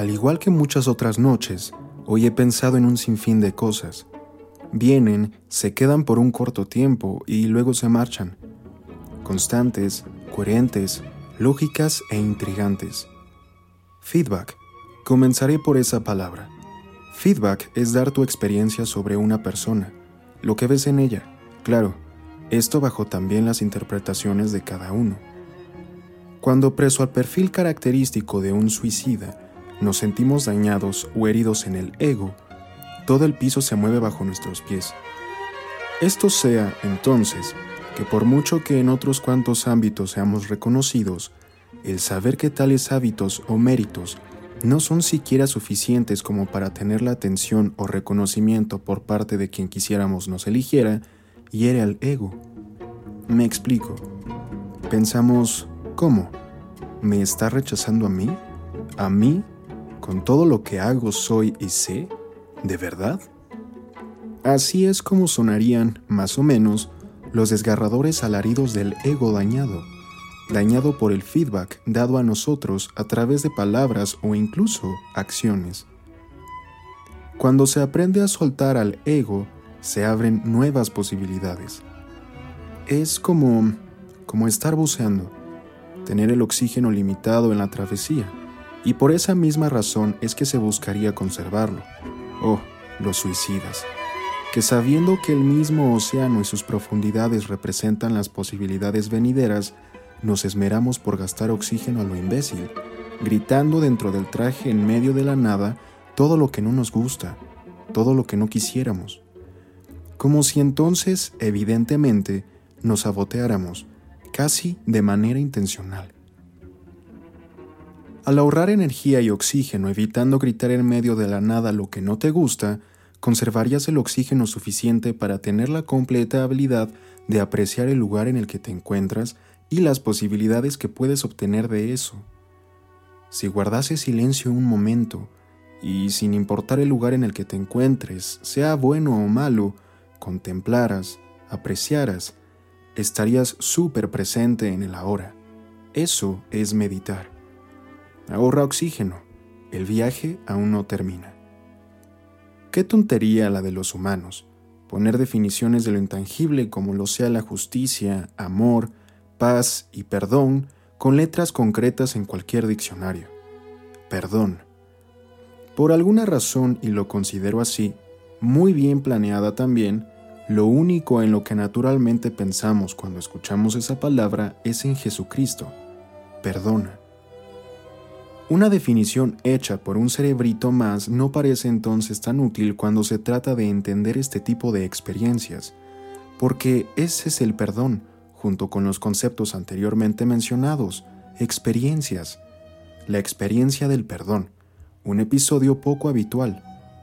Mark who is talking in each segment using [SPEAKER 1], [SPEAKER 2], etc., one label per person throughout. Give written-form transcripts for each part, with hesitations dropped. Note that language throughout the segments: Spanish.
[SPEAKER 1] Al igual que muchas otras noches, hoy he pensado en un sinfín de cosas. Vienen, se quedan por un corto tiempo y luego se marchan. Constantes, coherentes, lógicas e intrigantes. Feedback. Comenzaré por esa palabra. Feedback es dar tu experiencia sobre una persona, lo que ves en ella. Claro, esto bajo también las interpretaciones de cada uno. Cuando preso al perfil característico de un suicida, nos sentimos dañados o heridos en el ego, todo el piso se mueve bajo nuestros pies. Esto sea, entonces, que por mucho que en otros cuantos ámbitos seamos reconocidos, el saber que tales hábitos o méritos no son siquiera suficientes como para tener la atención o reconocimiento por parte de quien quisiéramos nos eligiera, hiere al ego. Me explico. Pensamos, ¿cómo? ¿Me está rechazando a mí? ¿A mí? ¿Con todo lo que hago, soy y sé? ¿De verdad? Así es como sonarían, más o menos, los desgarradores alaridos del ego dañado por el feedback dado a nosotros a través de palabras o incluso acciones. Cuando se aprende a soltar al ego, se abren nuevas posibilidades. Es como estar buceando, tener el oxígeno limitado en la travesía, y por esa misma razón es que se buscaría conservarlo. Oh, los suicidas, que sabiendo que el mismo océano y sus profundidades representan las posibilidades venideras, nos esmeramos por gastar oxígeno a lo imbécil, gritando dentro del traje en medio de la nada todo lo que no nos gusta, todo lo que no quisiéramos. Como si entonces, evidentemente, nos saboteáramos, casi de manera intencional. Al ahorrar energía y oxígeno evitando gritar en medio de la nada lo que no te gusta, conservarías el oxígeno suficiente para tener la completa habilidad de apreciar el lugar en el que te encuentras y las posibilidades que puedes obtener de eso. Si guardases silencio un momento, y sin importar el lugar en el que te encuentres, sea bueno o malo, contemplaras, apreciaras, estarías súper presente en el ahora. Eso es meditar. Ahorra oxígeno. El viaje aún no termina. Qué tontería la de los humanos, poner definiciones de lo intangible como lo sea la justicia, amor, paz y perdón con letras concretas en cualquier diccionario. Perdón. Por alguna razón, y lo considero así, muy bien planeada también, lo único en lo que naturalmente pensamos cuando escuchamos esa palabra es en Jesucristo. Perdona. Una definición hecha por un cerebrito más no parece entonces tan útil cuando se trata de entender este tipo de experiencias, porque ese es el perdón, junto con los conceptos anteriormente mencionados, experiencias. La experiencia del perdón, un episodio poco habitual.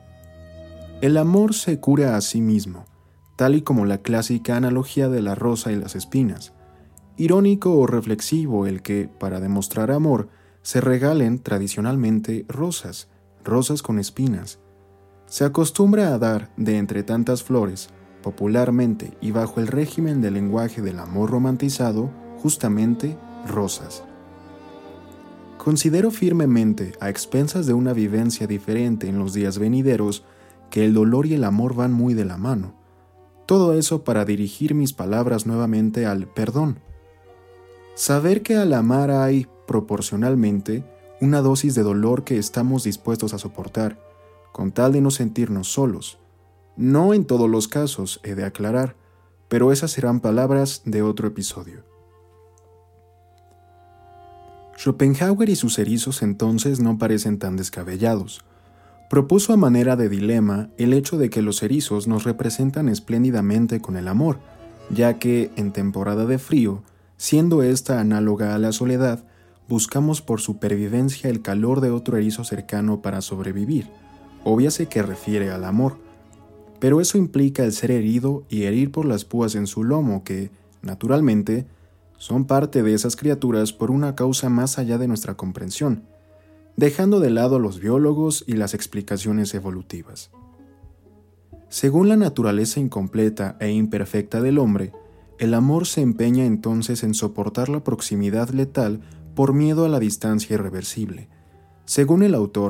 [SPEAKER 1] El amor se cura a sí mismo, tal y como la clásica analogía de la rosa y las espinas. Irónico o reflexivo el que, para demostrar amor, se regalen tradicionalmente rosas con espinas. Se acostumbra a dar, de entre tantas flores, popularmente y bajo el régimen del lenguaje del amor romantizado, justamente rosas. Considero firmemente, a expensas de una vivencia diferente en los días venideros, que el dolor y el amor van muy de la mano. Todo eso para dirigir mis palabras nuevamente al perdón. Saber que al amar hay, proporcionalmente, una dosis de dolor que estamos dispuestos a soportar, con tal de no sentirnos solos. No en todos los casos, he de aclarar, pero esas serán palabras de otro episodio. Schopenhauer y sus erizos entonces no parecen tan descabellados. Propuso a manera de dilema el hecho de que los erizos nos representan espléndidamente con el amor, ya que, en temporada de frío, siendo esta análoga a la soledad, buscamos por supervivencia el calor de otro erizo cercano para sobrevivir. Obviamente que refiere al amor, pero eso implica el ser herido y herir por las púas en su lomo que, naturalmente, son parte de esas criaturas por una causa más allá de nuestra comprensión, dejando de lado a los biólogos y las explicaciones evolutivas. Según la naturaleza incompleta e imperfecta del hombre, el amor se empeña entonces en soportar la proximidad letal por miedo a la distancia irreversible. Según el autor,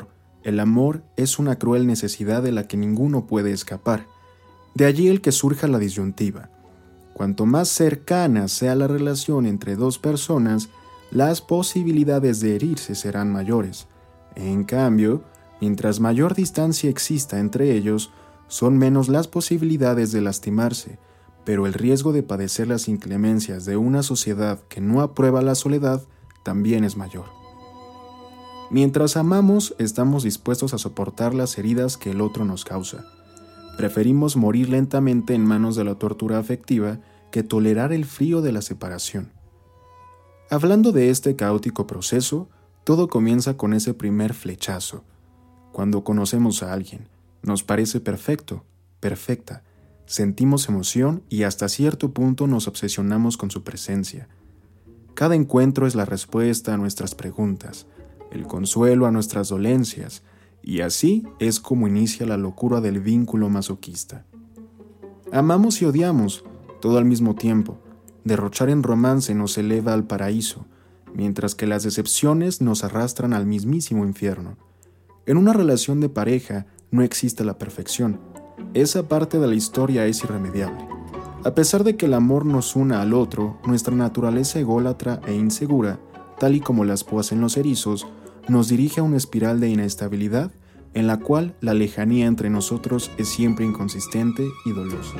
[SPEAKER 1] El amor es una cruel necesidad de la que ninguno puede escapar. De allí el que surja la disyuntiva. Cuanto más cercana sea la relación entre dos personas, las posibilidades de herirse serán mayores. En cambio, mientras mayor distancia exista entre ellos, son menos las posibilidades de lastimarse, pero el riesgo de padecer las inclemencias de una sociedad que no aprueba la soledad también es mayor. Mientras amamos, estamos dispuestos a soportar las heridas que el otro nos causa. Preferimos morir lentamente en manos de la tortura afectiva que tolerar el frío de la separación. Hablando de este caótico proceso, todo comienza con ese primer flechazo. Cuando conocemos a alguien, nos parece perfecto, perfecta, sentimos emoción y hasta cierto punto nos obsesionamos con su presencia. Cada encuentro es la respuesta a nuestras preguntas, el consuelo a nuestras dolencias, y así es como inicia la locura del vínculo masoquista. Amamos y odiamos, todo al mismo tiempo. Derrochar en romance nos eleva al paraíso, mientras que las decepciones nos arrastran al mismísimo infierno. En una relación de pareja no existe la perfección. Esa parte de la historia es irremediable. A pesar de que el amor nos una al otro, nuestra naturaleza ególatra e insegura, tal y como las púas en los erizos, nos dirige a una espiral de inestabilidad en la cual la lejanía entre nosotros es siempre inconsistente y dolosa.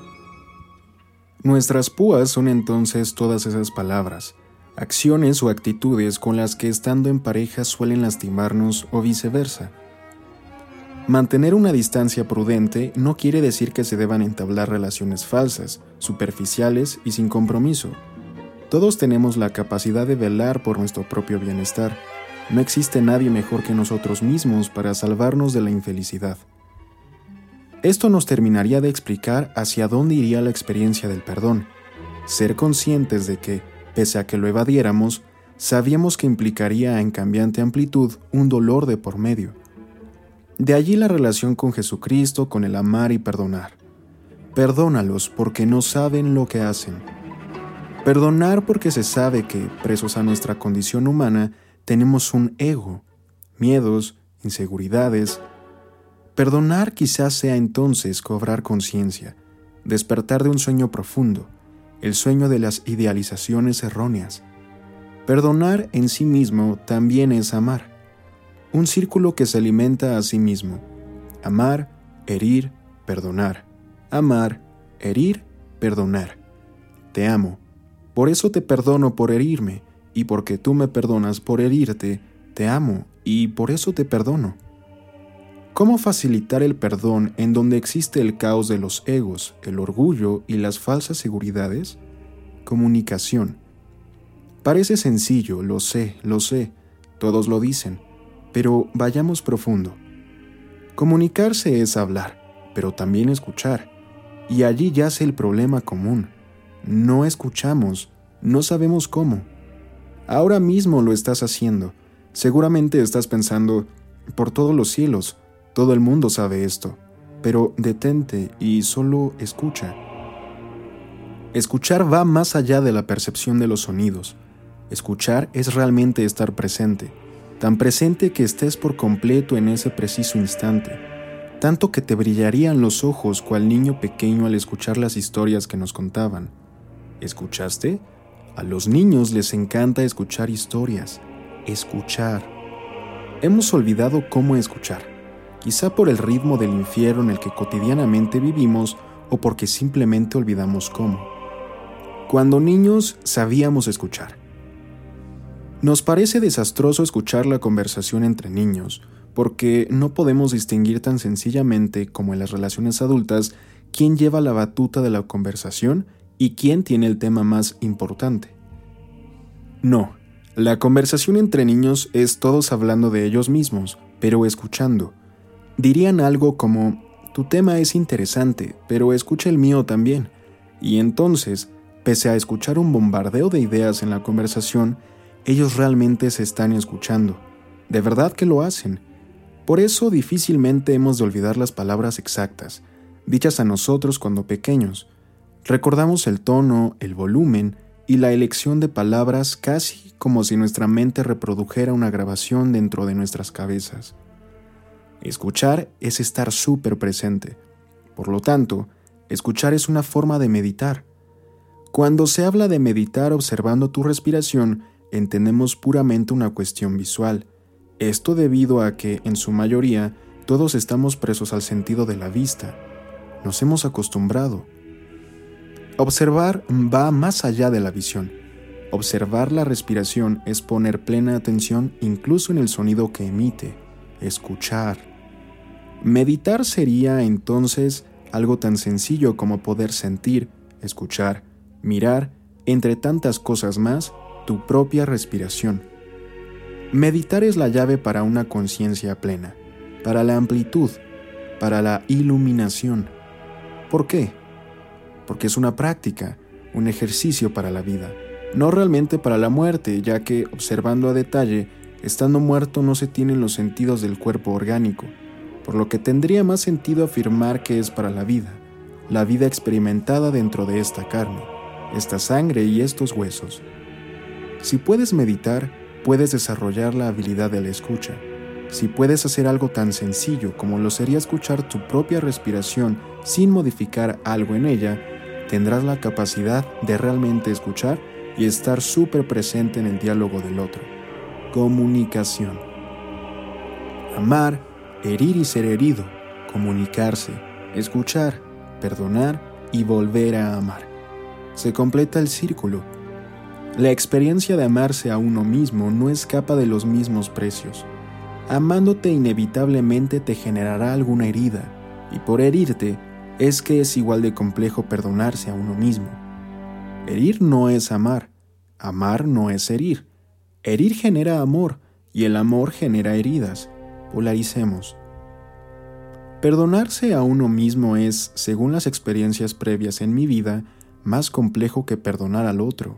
[SPEAKER 1] Nuestras púas son entonces todas esas palabras, acciones o actitudes con las que estando en pareja suelen lastimarnos o viceversa. Mantener una distancia prudente no quiere decir que se deban entablar relaciones falsas, superficiales y sin compromiso. Todos tenemos la capacidad de velar por nuestro propio bienestar. No existe nadie mejor que nosotros mismos para salvarnos de la infelicidad. Esto nos terminaría de explicar hacia dónde iría la experiencia del perdón. Ser conscientes de que, pese a que lo evadiéramos, sabíamos que implicaría en cambiante amplitud un dolor de por medio. De allí la relación con Jesucristo, con el amar y perdonar. Perdónalos porque no saben lo que hacen. Perdonar porque se sabe que, presos a nuestra condición humana, tenemos un ego, miedos, inseguridades. Perdonar quizás sea entonces cobrar conciencia, despertar de un sueño profundo, el sueño de las idealizaciones erróneas. Perdonar en sí mismo también es amar. Un círculo que se alimenta a sí mismo. Amar, herir, perdonar. Amar, herir, perdonar. Te amo. Por eso te perdono por herirme, y porque tú me perdonas por herirte, te amo, y por eso te perdono. ¿Cómo facilitar el perdón en donde existe el caos de los egos, el orgullo y las falsas seguridades? Comunicación. Parece sencillo, lo sé, todos lo dicen, pero vayamos profundo. Comunicarse es hablar, pero también escuchar, y allí yace el problema común. No escuchamos, no sabemos cómo. Ahora mismo lo estás haciendo. Seguramente estás pensando, por todos los cielos, todo el mundo sabe esto, pero detente y solo escucha. Escuchar va más allá de la percepción de los sonidos. Escuchar es realmente estar presente, tan presente que estés por completo en ese preciso instante, tanto que te brillarían los ojos cual niño pequeño al escuchar las historias que nos contaban. ¿Escuchaste? A los niños les encanta escuchar historias. Escuchar. Hemos olvidado cómo escuchar. Quizá por el ritmo del infierno en el que cotidianamente vivimos o porque simplemente olvidamos cómo. Cuando niños sabíamos escuchar. Nos parece desastroso escuchar la conversación entre niños, porque no podemos distinguir tan sencillamente como en las relaciones adultas quién lleva la batuta de la conversación y quién tiene el tema más importante. No, la conversación entre niños es todos hablando de ellos mismos, pero escuchando. Dirían algo como, tu tema es interesante, pero escucha el mío también. Y entonces, pese a escuchar un bombardeo de ideas en la conversación, ellos realmente se están escuchando. De verdad que lo hacen. Por eso difícilmente hemos de olvidar las palabras exactas, dichas a nosotros cuando pequeños. Recordamos el tono, el volumen y la elección de palabras casi como si nuestra mente reprodujera una grabación dentro de nuestras cabezas. Escuchar es estar súper presente. Por lo tanto, escuchar es una forma de meditar. Cuando se habla de meditar observando tu respiración, entendemos puramente una cuestión visual. Esto debido a que, en su mayoría, todos estamos presos al sentido de la vista. Nos hemos acostumbrado. Observar va más allá de la visión. Observar la respiración es poner plena atención incluso en el sonido que emite. Escuchar. Meditar sería, entonces, algo tan sencillo como poder sentir, escuchar, mirar, entre tantas cosas más, tu propia respiración. Meditar es la llave para una conciencia plena, para la amplitud, para la iluminación. ¿Por qué? Porque es una práctica, un ejercicio para la vida, no realmente para la muerte, ya que, observando a detalle, estando muerto no se tienen los sentidos del cuerpo orgánico, por lo que tendría más sentido afirmar que es para la vida experimentada dentro de esta carne, esta sangre y estos huesos. Si puedes meditar, puedes desarrollar la habilidad de la escucha. Si puedes hacer algo tan sencillo como lo sería escuchar tu propia respiración sin modificar algo en ella, tendrás la capacidad de realmente escuchar y estar súper presente en el diálogo del otro. Comunicación. Amar, herir y ser herido, comunicarse, escuchar, perdonar y volver a amar. Se completa el círculo. La experiencia de amarse a uno mismo no escapa de los mismos precios. Amándote inevitablemente te generará alguna herida, y por herirte es que es igual de complejo perdonarse a uno mismo. Herir no es amar no es herir. Herir genera amor, y el amor genera heridas. Polaricemos. Perdonarse a uno mismo es, según las experiencias previas en mi vida, más complejo que perdonar al otro.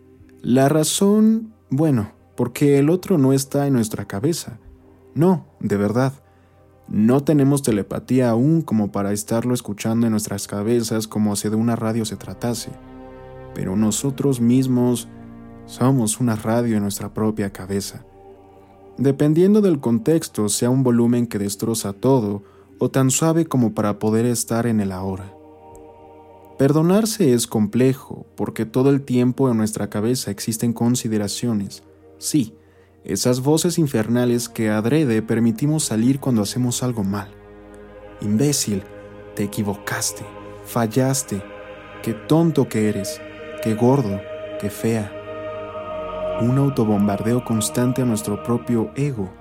[SPEAKER 1] La razón, porque el otro no está en nuestra cabeza. No, de verdad. No tenemos telepatía aún como para estarlo escuchando en nuestras cabezas como si de una radio se tratase. Pero nosotros mismos somos una radio en nuestra propia cabeza. Dependiendo del contexto, sea un volumen que destroza todo o tan suave como para poder estar en el ahora. Perdonarse es complejo porque todo el tiempo en nuestra cabeza existen consideraciones. Sí, esas voces infernales que adrede permitimos salir cuando hacemos algo mal. Imbécil, te equivocaste, fallaste, qué tonto que eres, qué gordo, qué fea. Un autobombardeo constante a nuestro propio ego.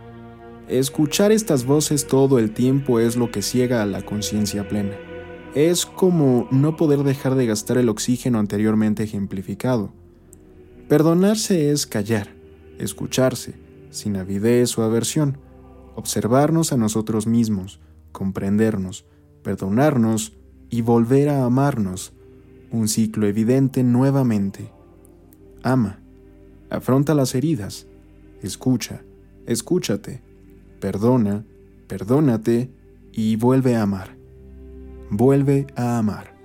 [SPEAKER 1] Escuchar estas voces todo el tiempo es lo que ciega a la conciencia plena. Es como no poder dejar de gastar el oxígeno anteriormente ejemplificado. Perdonarse es callar, escucharse, sin avidez o aversión, observarnos a nosotros mismos, comprendernos, perdonarnos y volver a amarnos. Un ciclo evidente nuevamente. Ama, afronta las heridas, escucha, escúchate, perdona, perdónate y vuelve a amar. Vuelve a amar.